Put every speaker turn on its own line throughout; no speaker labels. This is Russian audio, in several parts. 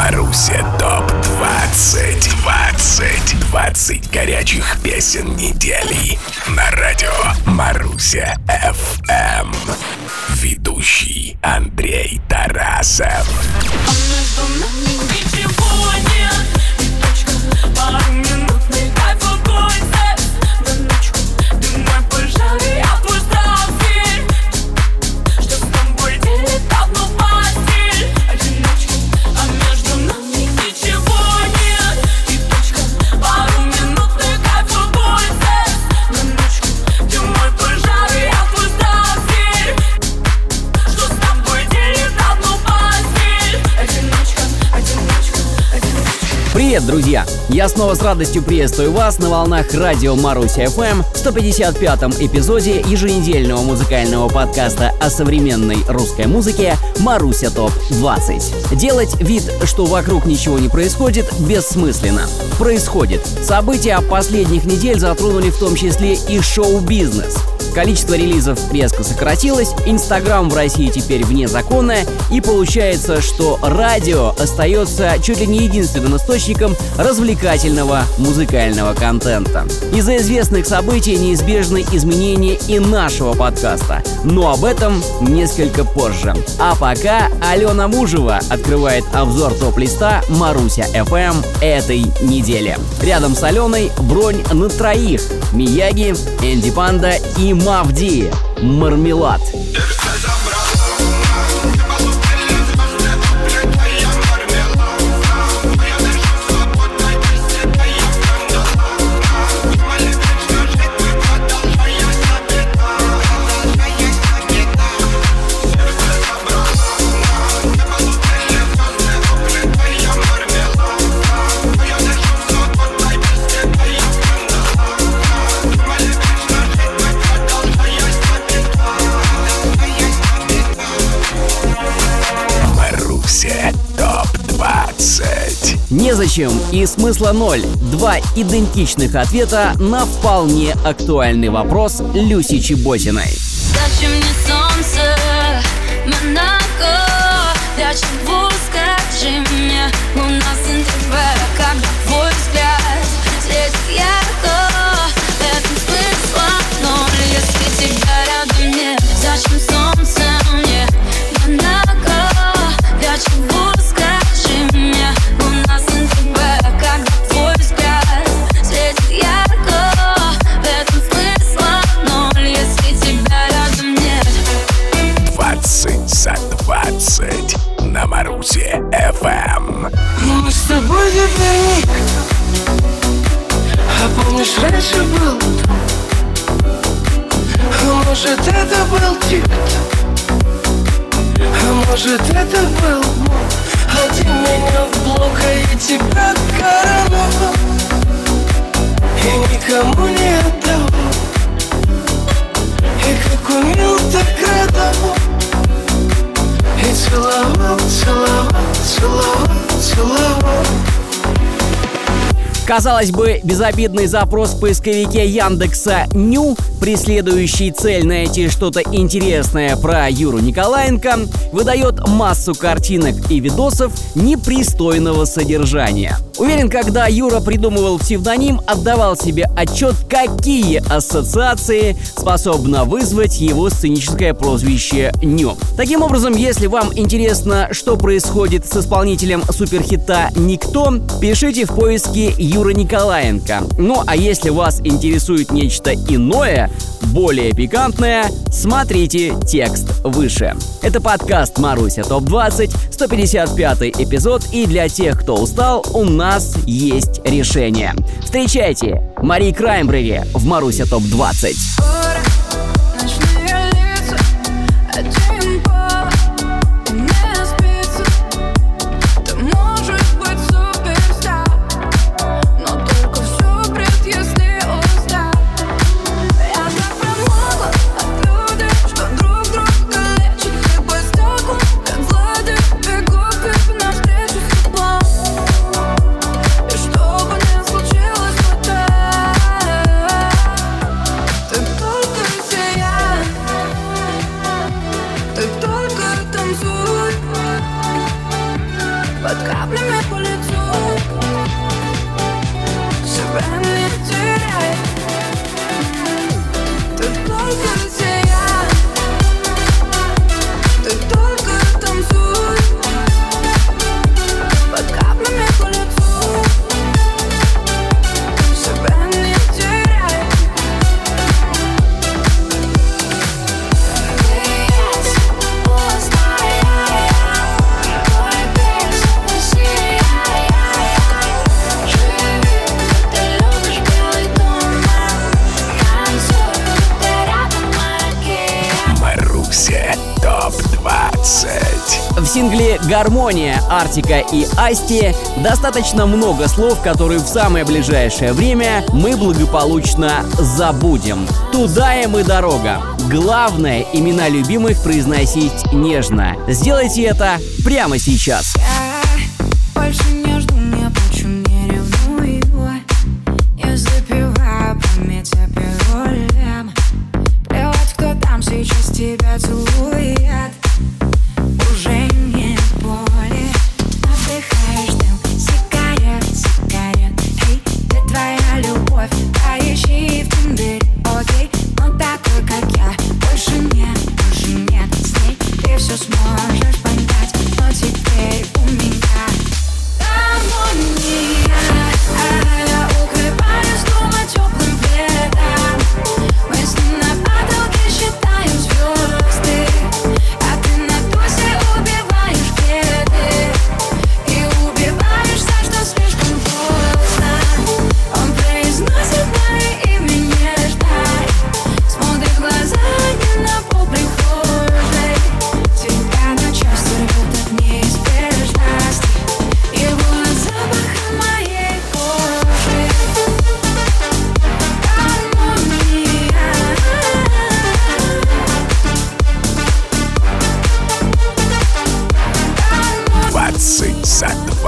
Маруся ТОП-20. 20 горячих песен недели на радио Маруся FM. Ведущий Андрей Тарасов.
Привет, друзья! Я снова с радостью приветствую вас на волнах радио Маруся FM в 155-м эпизоде еженедельного музыкального подкаста о современной русской музыке «Маруся ТОП-20». Делать вид, что вокруг ничего не происходит, бессмысленно. Происходит. События последних недель затронули в том числе и шоу-бизнес. Количество релизов резко сократилось, Инстаграм в России теперь вне закона, и получается, что радио остается чуть ли не единственным источником развлекательного музыкального контента. Из-за известных событий неизбежны изменения и нашего подкаста, но об этом несколько позже. А пока Алена Мужева открывает обзор топ-листа Маруся FM этой недели. Рядом с Аленой бронь на троих: Мияги, Энди Панда и Мавди. Мармелад. Незачем и смысла ноль. Два идентичных ответа на вполне актуальный вопрос Люси Чеботиной.
Зачем мне солнце, Монако? Для чего, скажи мне, у нас НТВ, когда твой взгляд светит ярко, в этом смысла ноль, если тебя рядом нет. Зачем солнце мне, Монако? Для чего, скажи мне, у нас НТВ, когда твой взгляд светит ярко, в этом смысла ноль, если тебя рядом нет.
20 за 20 на Марусе FM.
Мы с тобой теперь ник. А помнишь, раньше был? А может, это был тик-так? А может, это был? А ты меня в блок, а я тебя короновал и никому не отдавал. И как умел, так радовал. И целовал, целовал, целовал, целовал.
Казалось бы, безобидный запрос в поисковике Яндекса «Ню», преследующий цель найти что-то интересное про Юру Николаенко, выдает массу картинок и видосов непристойного содержания. Уверен, когда Юра придумывал псевдоним, отдавал себе отчет, какие ассоциации способно вызвать его сценическое прозвище «Ню». Таким образом, если вам интересно, что происходит с исполнителем суперхита «Никто», пишите в поиске Юра Николаенко. Ну а если вас интересует нечто иное, более пикантное, смотрите текст выше. Это подкаст Маруся ТОП-20, 155-й эпизод, и для тех, кто устал, у нас есть решение. Встречайте Мари Краймбрери в Маруся ТОП-20.
Только
под каплями по лицу. Себя не теряй, ты только сияй, ты только танцуй под каплями по лицу. Себя не теряй.
Маруся ТОП-20.
В сингле «Гармония» Артика и Асти достаточно много слов, которые в самое ближайшее время мы благополучно забудем. Туда им и дорога. Главное, имена любимых произносить нежно. Сделайте это прямо сейчас.
Я больше не жду, не плачу, не ревную. Я запиваю память аперолем. Плевать, кто там сейчас тебя целует. Уже нет боли. Вдыхаешь дым сигарет, сигарет. Эй, ты твоя любовь, да ищи в Тиндере. Окей, он такой, как я. Больше нет с ней. Ты все сможешь понять, но теперь у меня гармония. Я укрываюсь дома теплым пледом. Мы с ним на потолке считаем звезды. А ты на тусе убиваешь беды. И убиваешься, что слишком поздно. Он произносит мое имя нежно. Смотрит в глаза не на пол прихожей. Тебя на части рвет от неизбежности. Его запах моей кожи. Гармония.
20 за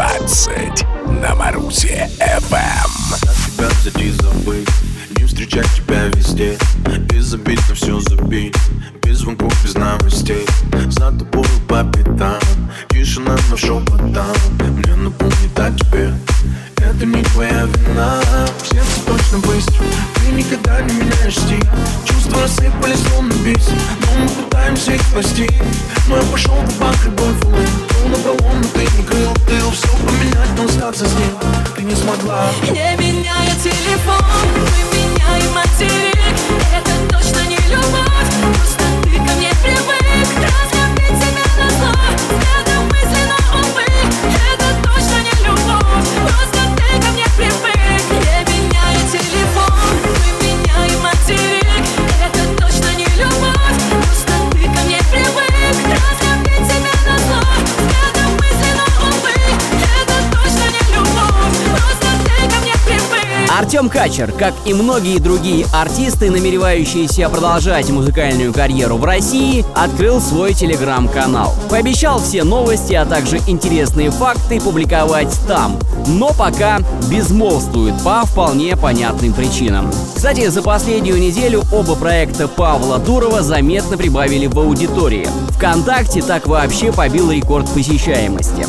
20 на Марусе FM.
Тебя взять и забыть, не встречать тебя везде. Без забить на все забить, без звонков, без новостей. За тобой по пятам, тишина на шепотам. Мне напомнит о тебе, это не твоя вина. В сердце точно быстро, ты никогда не меняешь стиль. Чувства рассыпались словно бис, но мы пытаемся их спасти. Но я пошел в банк, любовь улыб. Был на баллон, но ты не крыл. Ты все поменять, но остаться с ним ты не смогла.
Не меняя телефон, мы меняем материк. Это точно не любовь, просто ты ко мне привык. Разлюбить тебя на зло, взглядом мысленно, увы. Это точно не любовь, просто ты ко мне привык. Не меняя телефон, мы меняем материк. Это точно не любовь, просто ты ко мне привык. Разлюбить тебя на зло, взглядом мысленно, увы. Это точно не любовь, просто ты ко мне привык.
Артем Качер, как и многие другие артисты, намеревающиеся продолжать музыкальную карьеру в России, открыл свой телеграм-канал. Пообещал все новости, а также интересные факты публиковать там, но пока безмолвствует по вполне понятным причинам. Кстати, за последнюю неделю оба проекта Павла Дурова заметно прибавили в аудитории. ВКонтакте так вообще побил рекорд посещаемости.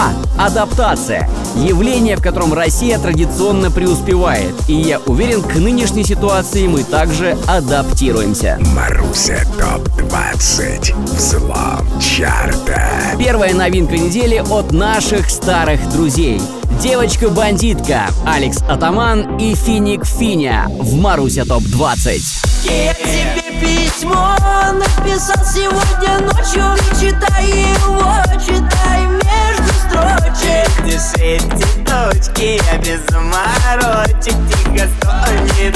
Адаптация. Явление, в котором Россия традиционно преуспевает. И я уверен, к нынешней ситуации мы также адаптируемся.
Маруся ТОП-20. Взлом чарта.
Первая новинка недели от наших старых друзей. Девочка-бандитка, Алекс Атаман и Финик Финя в Маруся ТОП-20.
Я тебе письмо написал сегодня ночью. Читай его, читай между строчек.
Дыши эти точки, я без заморочек. Тихо стонет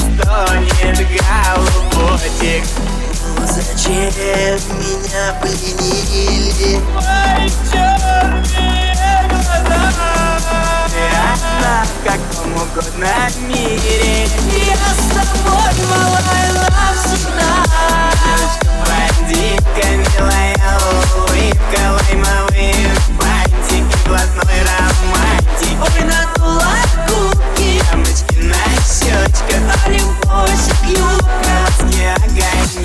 голубочек.
Ну зачем меня пленили?
Ой, черные глаза. Ты одна в каком угодно мире.
Я с тобой, малая, навсегда.
Девочка-бандитка, милая улыбка, лаймовые бантики, глазной романтик.
Ой, надула губки,
ямочки на щечках,
олимпосик, юбка,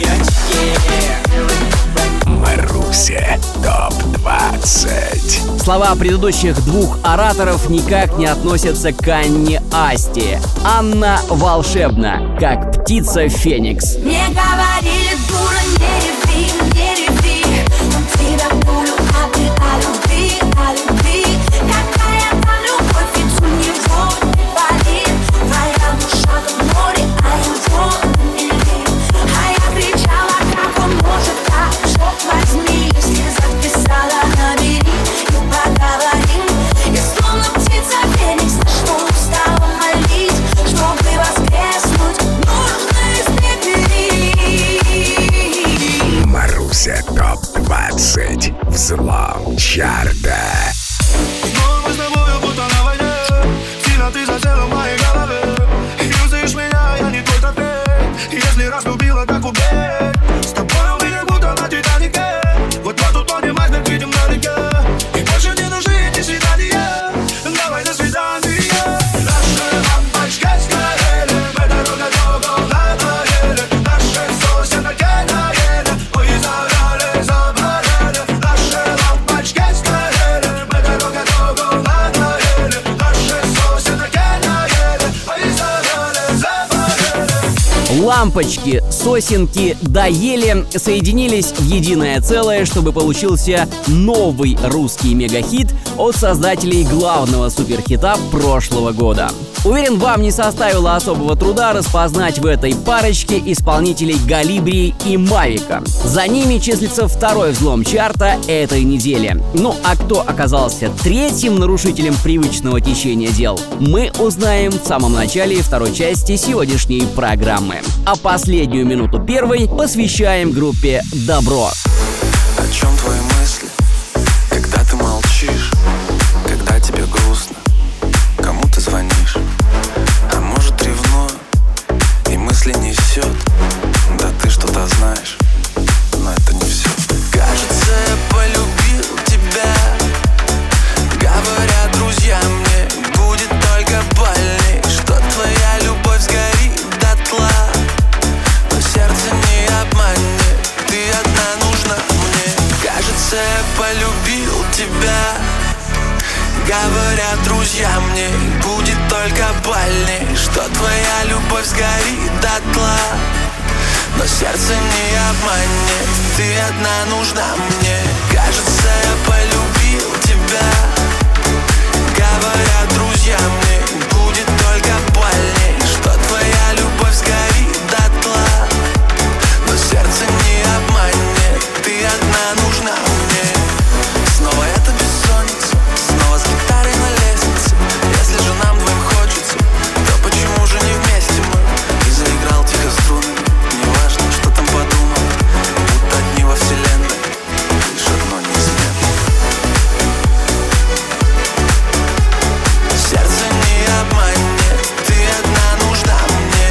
огонечки.
Маруся ТОП-20.
Слова предыдущих двух ораторов никак не относятся к Анне Асти. Анна волшебна, как птица Феникс.
Мне говорили, дура, не реви, но тебя буду, а ты о любви. Какая там любовь, ведь у него не болит. Твоя душа как море, а его не. А я кричала, как он может так, чтоб возьми, если записала, набери и поговорим. Я словно птица Феникс, на что устала молить, чтобы воскреснуть, нужно испепелить.
Маруся ТОП-20 Взлом чарта.
Снова мы с тобою будто на войне. Сильно ты засела в моей голове. Юзаешь меня, я не твой трофей. Если раз любила, так убей. С тобой у меня будто на Титанике. Вот-вот утонем, айсберг видим вдалеке. И больше не нужны эти свидания. Давай до свидания. Наши лампочки сгорели. Мы дорога долго надоели. Наши сосед накидали. Ой, загорали, заболели. Наши лампочки сгорели. Мы дорога долго надоели. Наши сосед накидали. Ой, загорали, заболели.
Лампочки, сосенки доели, соединились в единое целое, чтобы получился новый русский мегахит от создателей главного суперхита прошлого года. Уверен, вам не составило особого труда распознать в этой парочке исполнителей Галибри и Мавика. За ними числится второй взлом чарта этой недели. Ну а кто оказался третьим нарушителем привычного течения дел, мы узнаем в самом начале второй части сегодняшней программы. А последнюю минуту первой посвящаем группе «Добро».
О чем твои мысли, когда ты молчишь, когда тебе грустно, кому ты звонишь? А может ревную и мысли несет, да ты что-то знаешь, но это не все. Кажется, я полюбил тебя, говорят друзья мне, будет только больней, что твоя любовь сгорит дотла, но сердце не обманет, ты одна нужна мне. Кажется, я полюбил тебя, говорят друзья мне, будет только больней, что твоя любовь сгорит дотла, но сердце не обманет, ты одна нужна мне. Кажется, я полюбил тебя, говорят друзья мне, будет только больней, что твоя любовь сгорит дотла, но сердце не обманет, ты одна нужна мне. Снова это бессонница, снова с гитарой на лестнице. Если же нам двоим хочется, то почему же не вместе мы? И заиграл тихо струнами, неважно, что там подумал, будто одни во вселенной, лишь одно неизменно. Сердце не обманет, ты одна нужна мне,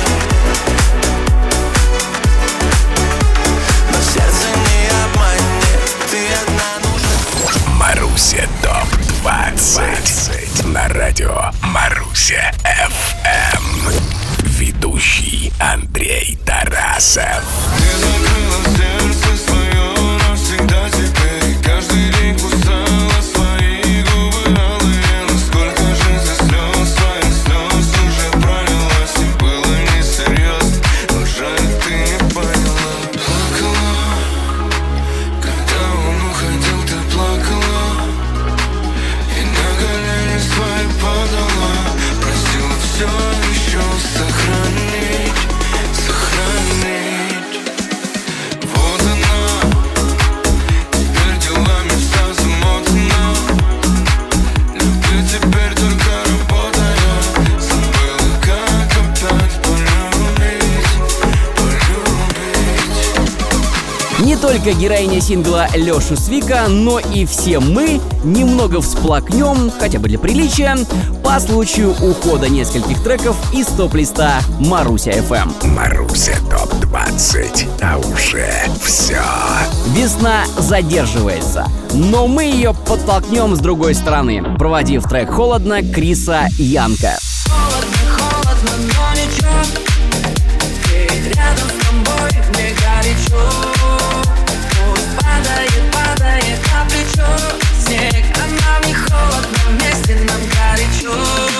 но сердце не обманет, ты одна нужна.
Маруся ТОП-20 на радио Маруся ФМ. Ведущий Андрей Тарасов.
Ты закрыла сердце свое навсегда теперь. Каждый день кусала свои губы алые. Насколько же за слез, твоих слез уже пролилась. И было несерьезно, но жаль, ты не поняла. Плакала, когда он уходил, ты плакала. И на колени свои падала. Просила все еще сохранить. Вот она, теперь делами вся замотана. Люблю теперь только работая. Забыла, как опять полюбить.
Не только героиня сингла Лёши Свика, но и все мы немного всплакнем, хотя бы для приличия, по случаю ухода нескольких треков из топ-листа Маруся ФМ.
Маруся ТОП-20, а уже все.
Весна задерживается, но мы ее подтолкнем с другой стороны, проводив трек «Холодно» Криса Янка.
Холодно, но ничего. Ведь рядом с тобой мне горячо. Пусть падает на плечо.
снег, а нам не холодно, вместе нам горячо.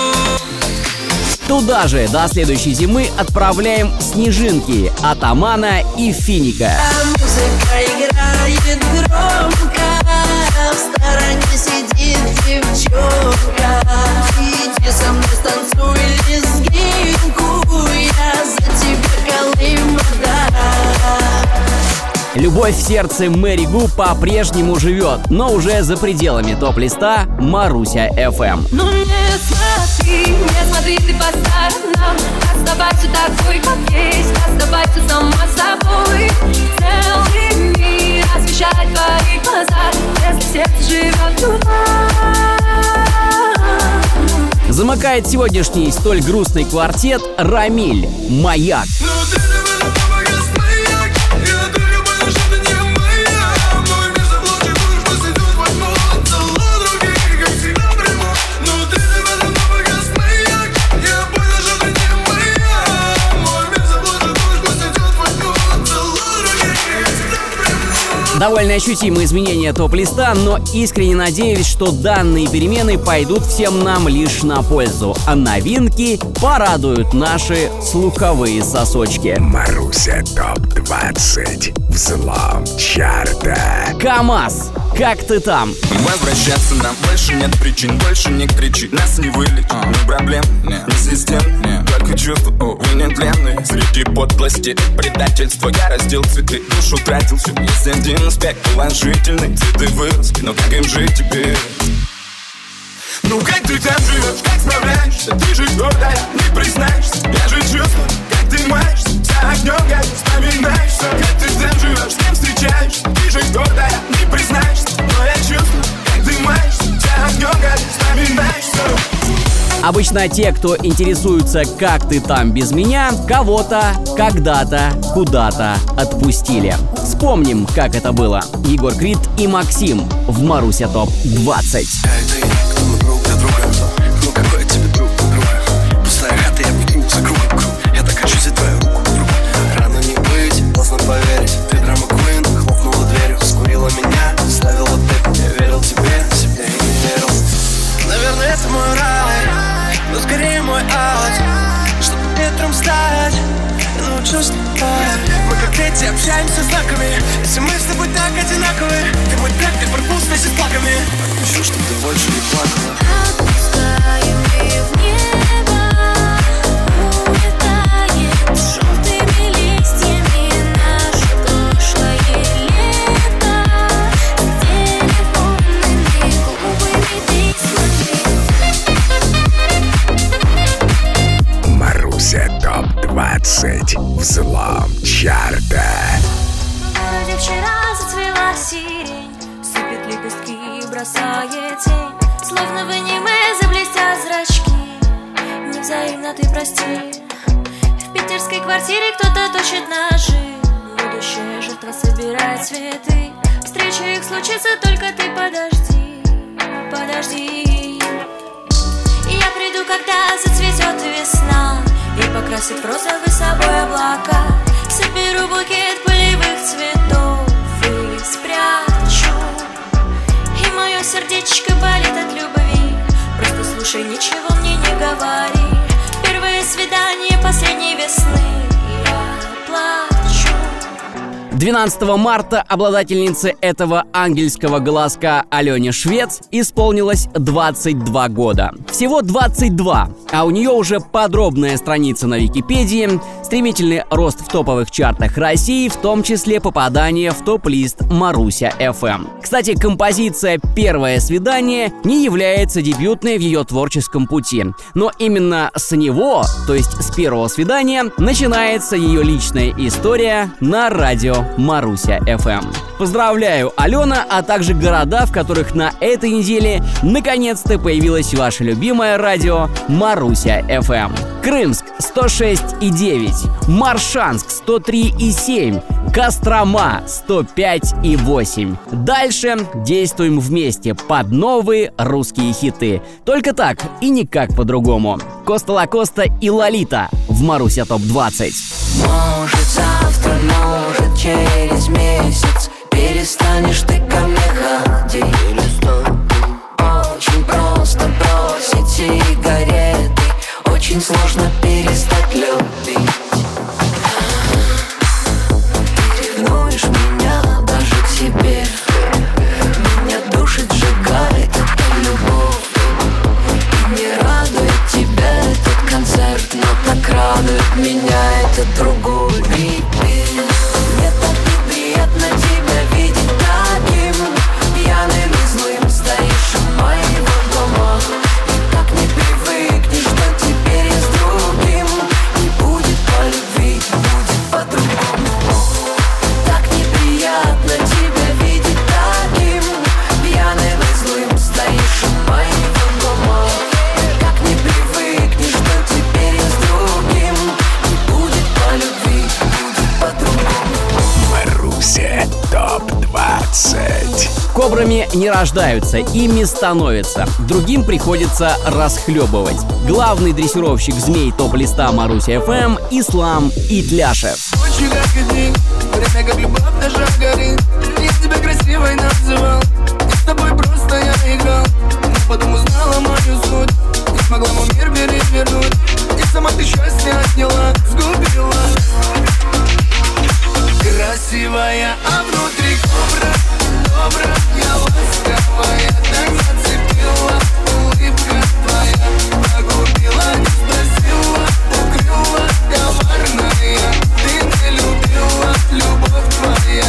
Туда же до следующей зимы отправляем снежинки Атамана и Финика.
А музыка играет громко, в стороне сидит девчонка. Иди со мной станцуй лезгинку, я за тебя Колыма, да.
Любовь в сердце Мэри Гу по-прежнему живет, но уже за пределами топ-листа Маруся FM.
Ну не смотри ты по сторонам. Оставайся такой, как есть, оставайся сама собой. Целый мир освещает твои глаза, если сердце живет туда.
Замыкает сегодняшний столь грустный квартет Рамиль «Маяк». Довольно ощутимые изменения топ-листа, но искренне надеюсь, что данные перемены пойдут всем нам лишь на пользу, а новинки порадуют наши слуховые сосочки.
Маруся ТОП-20. Взлом чарта.
КамАЗ, как ты там?
Возвращаться нам больше нет причин, больше не кричи. Нас не вылечить, ни проблем, ни систем, только чувства, увы, нетленные. Среди подлости, предательства я раздел цветы, душу тратил все. Есть один аспект положительный, цветы вырос, но как им жить теперь? Ну как ты там живешь, как справляешься? Ты же гордая, не признаешься. Я же чувствую, как ты маешься, за огнем горишь, вспоминаешься. Как ты там живешь, с кем встречаешься? Ты же гордая, не признаешься. Но я чувствую, как ты маешься, за огнем горишь, вспоминаешься.
Обычно те, кто интересуется, как ты там без меня, кого-то, когда-то, куда-то отпустили. Вспомним, как это было. Егор Крид и Максим в Маруся ТОП-20.
Ну какой тебе друг, подруга? Пустая хата, я бегу за кругом круг. Я так хочу взять твою руку, друг. Рано не быть, поздно поверить. Ты драма квин, хлопнула дверью, скурила меня, ставила тэп. Я верил тебе, себе и не верил. Наверное, это мой рай, но скорее мой ад. Чтобы ветром стать, я научился летать. Мы как дети общаемся знаками. Если мы с тобой так одинаковы, ты мой трек, как барбуз вместе с плаками. Хочу, чтобы ты больше не плакала.
Отпускаем и в небо улетает желтыми листьями наше прошлое лето с телефонными глупыми письмами.
Маруся ТОП-20. Взлом чарта.
Вроде вчера зацвела сирень, сыпет лепестки и бросает тень. Словно в аниме заблестят зрачки. Невзаимно ты прости. В питерской квартире кто-то точит ножи. Будущая жертва собирает цветы. Встреча их случится, только ты подожди. Подожди. Я приду, когда зацветет весна и покрасит в розовый собой облака. Соберу букет полевых цветов и спрячу. И мое сердечко болит от любви. Просто слушай, ничего мне не говори. Первое свидание последней весны. Я плачу.
12 марта обладательнице этого ангельского голоска Алене Швец исполнилось 22 года. Всего 22, а у нее уже подробная страница на Википедии, стремительный рост в топовых чартах России, в том числе попадание в топ-лист Маруся FM. Кстати, композиция «Первое свидание» не является дебютной в ее творческом пути, но именно с него, то есть с первого свидания, начинается ее личная история на радио Маруся FM. Поздравляю, Алена, а также города, в которых на этой неделе наконец-то появилось ваше любимое радио Маруся FM. Крымск 106,9, Моршанск 103,7, Кострома 105,8. Дальше действуем вместе под новые русские хиты. Только так и никак по-другому. Коста Лакоста и Лолита в Маруся ТОП-20.
Может завтра, может через месяц перестанешь ты ко мне ходить.
Лидерами не рождаются, ими становятся. Другим приходится расхлебывать. Главный дрессировщик змей топ-листа Маруся ФМ — Ислам Итляшев.
Ночью как и день, время как любовь наша горит. Я тебя красивой называл, и с тобой просто я играл. Но потом узнала мою суть, не смогла мой мир перевернуть. И сама ты счастье отняла, сгубила. Красивая, а внутри кобра, добрая, ласковая. Так зацепила улыбка твоя, погубила, не спросила, укрыла, коварная. Ты не любила, любовь твоя.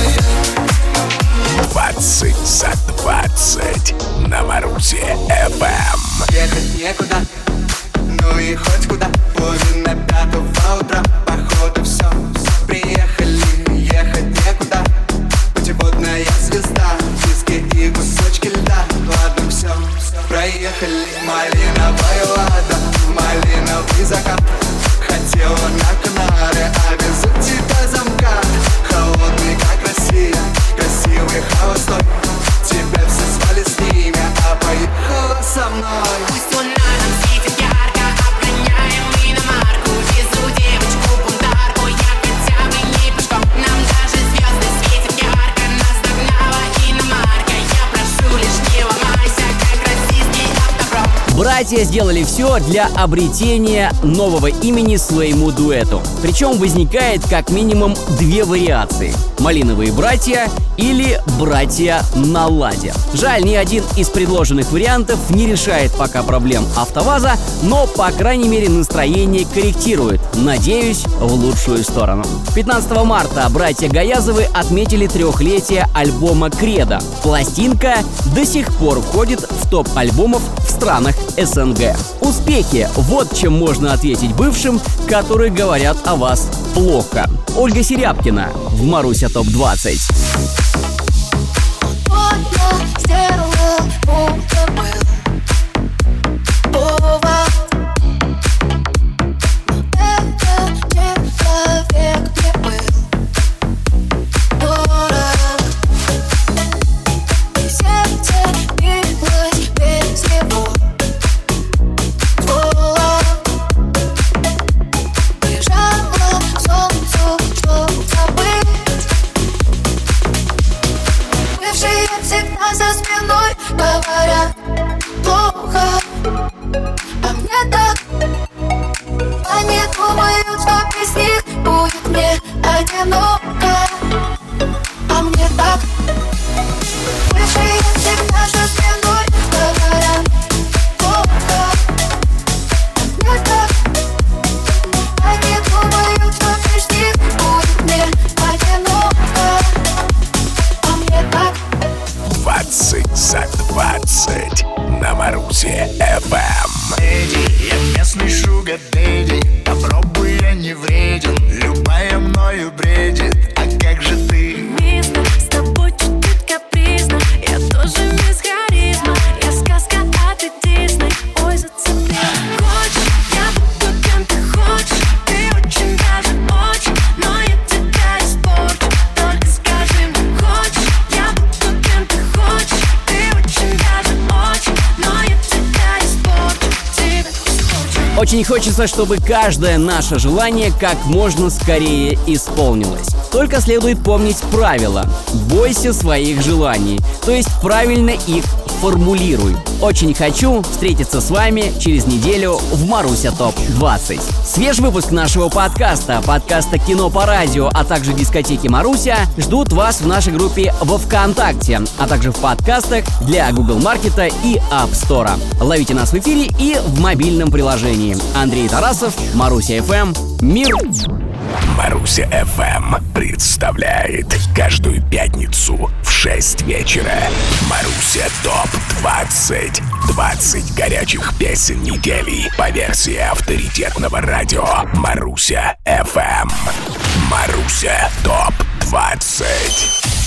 20 за 20 на Марусе ФМ.
Ехать некуда, ну и хоть куда. Половина пятого утра, походу все. Приехали, ехать некуда. Путеводная звезда, диски и кусочки льда. Ладно, все, проехали. Малиновая лада, малиновый закат. Хотела на Канары, а без у тебя замка. Холодный, как Россия, красивый, холостой. Тебя все звали с ними, а поехала со мной.
Пусть луна нам светит ярко, обгоняем иномарку. Везу девочку-бунтарку, я хотя бы не пешком. Нам даже звезды светят ярко, нас догнала иномарка. Я прошу, лишь не ломайся, как российский автопром.
Братья сделали все для обретения нового имени своему дуэту. Причем возникает как минимум две вариации: «Малиновые братья» или «Братья на ладе». Жаль, ни один из предложенных вариантов не решает пока проблем АвтоВАЗа, но, по крайней мере, настроение корректирует. Надеюсь, в лучшую сторону. 15 марта братья Гаязовы отметили 3-летие альбома «Кредо». Пластинка до сих пор входит в топ альбомов в странах СНГ. Успехи — вот чем можно ответить бывшим, которые говорят о вас плохо. Ольга Серябкина в Маруся ТОП-20.
Вот я сделал, будто был повод. Это не человек, не был дорог. И сердце билось без него. Бежала к солнцу, чтоб забыть. Бывшие всегда за спиной говорят плохо, а мне так. Они думают, что без них будет мне одиноко, а мне так. Бывшие всегда за спиной говорят плохо, а мне так. Они думают, что без них будет мне одиноко, а мне так.
20 за 20 на Марусе ФМ.
Я местный шугар-дэдди, попробуй, я не вреден. Любая мною бредит, а как же ты?
Мистер, с тобой чуть-чуть капризно. Я тоже мисс харизма. Я сказка, а ты Дисней. Ой, зацепи. Хочешь, я буду кем ты хочешь. Ты очень даже очень, но я тебя испорчу. Только скажи мне, хочешь, я буду кем ты хочешь. Ты очень даже очень, но я тебя испорчу. Тебя испорчу.
Очень хочется, чтобы каждое наше желание как можно скорее исполнилось. Только следует помнить правило: бойся своих желаний, то есть правильно их формулируй. Очень хочу встретиться с вами через неделю в Маруся ТОП-20. Свежий выпуск нашего подкаста «Кино по радио», а также дискотеки Маруся ждут вас в нашей группе во ВКонтакте, а также в подкастах для Google Маркета и App Store. Ловите нас в эфире и в мобильном приложении. Андрей Тарасов, Маруся ФМ. Мир!
Маруся ФМ представляет каждую пятницу в 6 вечера Маруся ТОП-20. 20 горячих песен недели по версии авторитетного радио Маруся ФМ. Маруся ТОП-20.